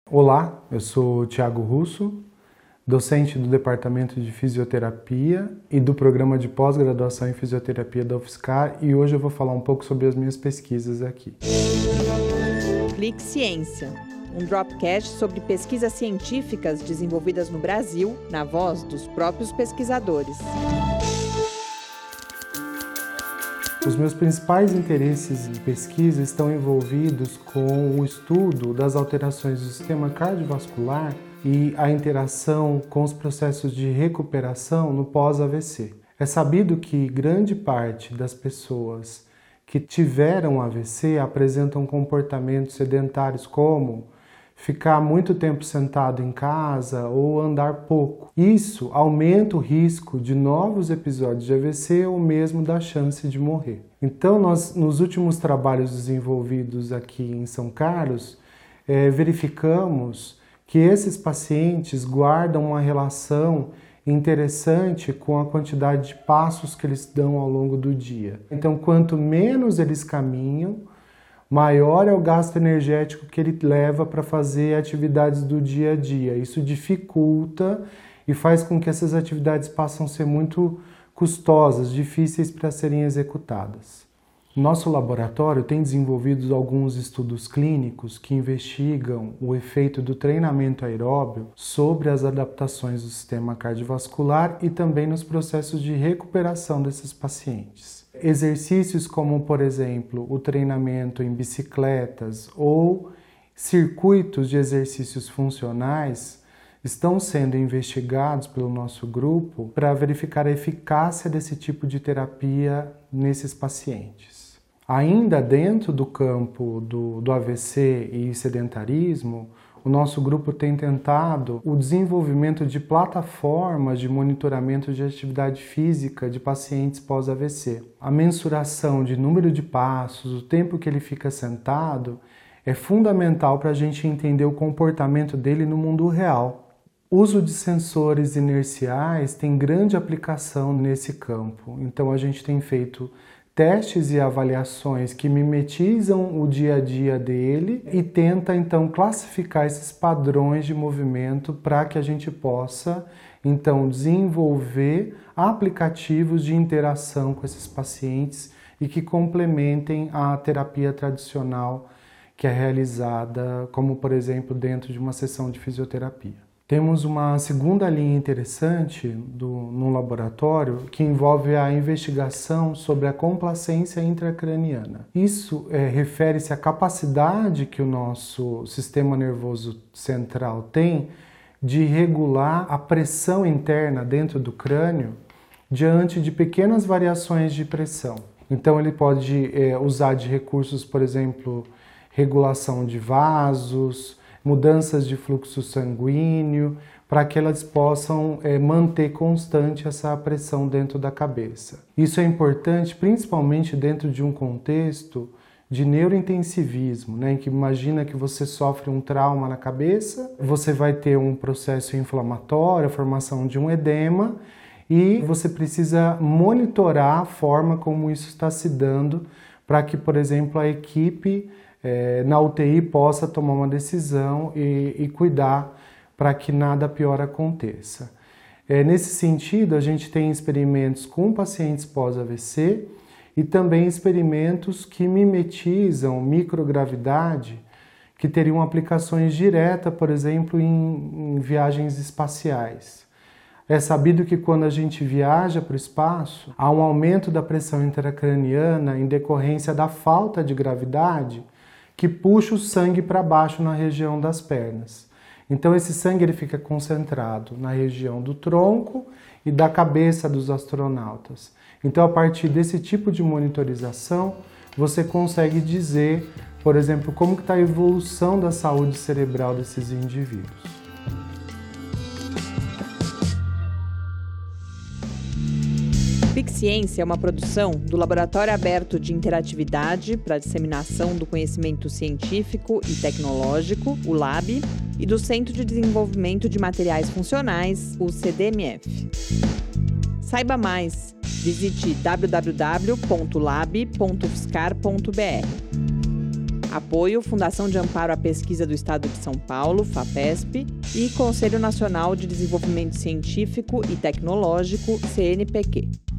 Olá, eu sou Thiago Russo, docente do Departamento de Fisioterapia e do Programa de Pós-Graduação em Fisioterapia da UFSCar, e hoje eu vou falar um pouco sobre as minhas pesquisas aqui. Clique Ciência, um dropcast sobre pesquisas científicas desenvolvidas no Brasil, na voz dos próprios pesquisadores. Os meus principais interesses de pesquisa estão envolvidos com o estudo das alterações do sistema cardiovascular e a interação com os processos de recuperação no pós-AVC. É sabido que grande parte das pessoas que tiveram AVC apresentam comportamentos sedentários como ficar muito tempo sentado em casa ou andar pouco. Isso aumenta o risco de novos episódios de AVC ou mesmo da chance de morrer. Então, nós, nos últimos trabalhos desenvolvidos aqui em São Carlos, verificamos que esses pacientes guardam uma relação interessante com a quantidade de passos que eles dão ao longo do dia. Então, quanto menos eles caminham, maior é o gasto energético que ele leva para fazer atividades do dia a dia. Isso dificulta e faz com que essas atividades passem a ser muito custosas, difíceis para serem executadas. Nosso laboratório tem desenvolvido alguns estudos clínicos que investigam o efeito do treinamento aeróbio sobre as adaptações do sistema cardiovascular e também nos processos de recuperação desses pacientes. Exercícios como, por exemplo, o treinamento em bicicletas ou circuitos de exercícios funcionais estão sendo investigados pelo nosso grupo para verificar a eficácia desse tipo de terapia nesses pacientes. Ainda dentro do campo do AVC e sedentarismo, o nosso grupo tem tentado o desenvolvimento de plataformas de monitoramento de atividade física de pacientes pós-AVC. A mensuração de número de passos, o tempo que ele fica sentado, é fundamental para a gente entender o comportamento dele no mundo real. O uso de sensores inerciais tem grande aplicação nesse campo, então a gente tem feito testes e avaliações que mimetizam o dia a dia dele e tenta então classificar esses padrões de movimento para que a gente possa então desenvolver aplicativos de interação com esses pacientes e que complementem a terapia tradicional que é realizada, como por exemplo dentro de uma sessão de fisioterapia. Temos uma segunda linha interessante no laboratório que envolve a investigação sobre a complacência intracraniana. Isso refere-se à capacidade que o nosso sistema nervoso central tem de regular a pressão interna dentro do crânio diante de pequenas variações de pressão. Então ele pode usar de recursos, por exemplo, regulação de vasos, mudanças de fluxo sanguíneo, para que elas possam manter constante essa pressão dentro da cabeça. Isso é importante principalmente dentro de um contexto de neurointensivismo, né, em que imagina que você sofre um trauma na cabeça, você vai ter um processo inflamatório, a formação de um edema, e você precisa monitorar a forma como isso está se dando para que, por exemplo, a equipe na UTI possa tomar uma decisão e cuidar para que nada pior aconteça. Nesse sentido, a gente tem experimentos com pacientes pós-AVC e também experimentos que mimetizam microgravidade, que teriam aplicações diretas, por exemplo, em viagens espaciais. É sabido que quando a gente viaja para o espaço, há um aumento da pressão intracraniana em decorrência da falta de gravidade, que puxa o sangue para baixo na região das pernas. Então esse sangue ele fica concentrado na região do tronco e da cabeça dos astronautas. Então a partir desse tipo de monitorização, você consegue dizer, por exemplo, como está a evolução da saúde cerebral desses indivíduos. Clique Ciência é uma produção do Laboratório Aberto de Interatividade para a Disseminação do Conhecimento Científico e Tecnológico, o LAB, e do Centro de Desenvolvimento de Materiais Funcionais, o CDMF. Saiba mais, visite www.lab.ufscar.br. Apoio Fundação de Amparo à Pesquisa do Estado de São Paulo, FAPESP, e Conselho Nacional de Desenvolvimento Científico e Tecnológico, CNPq.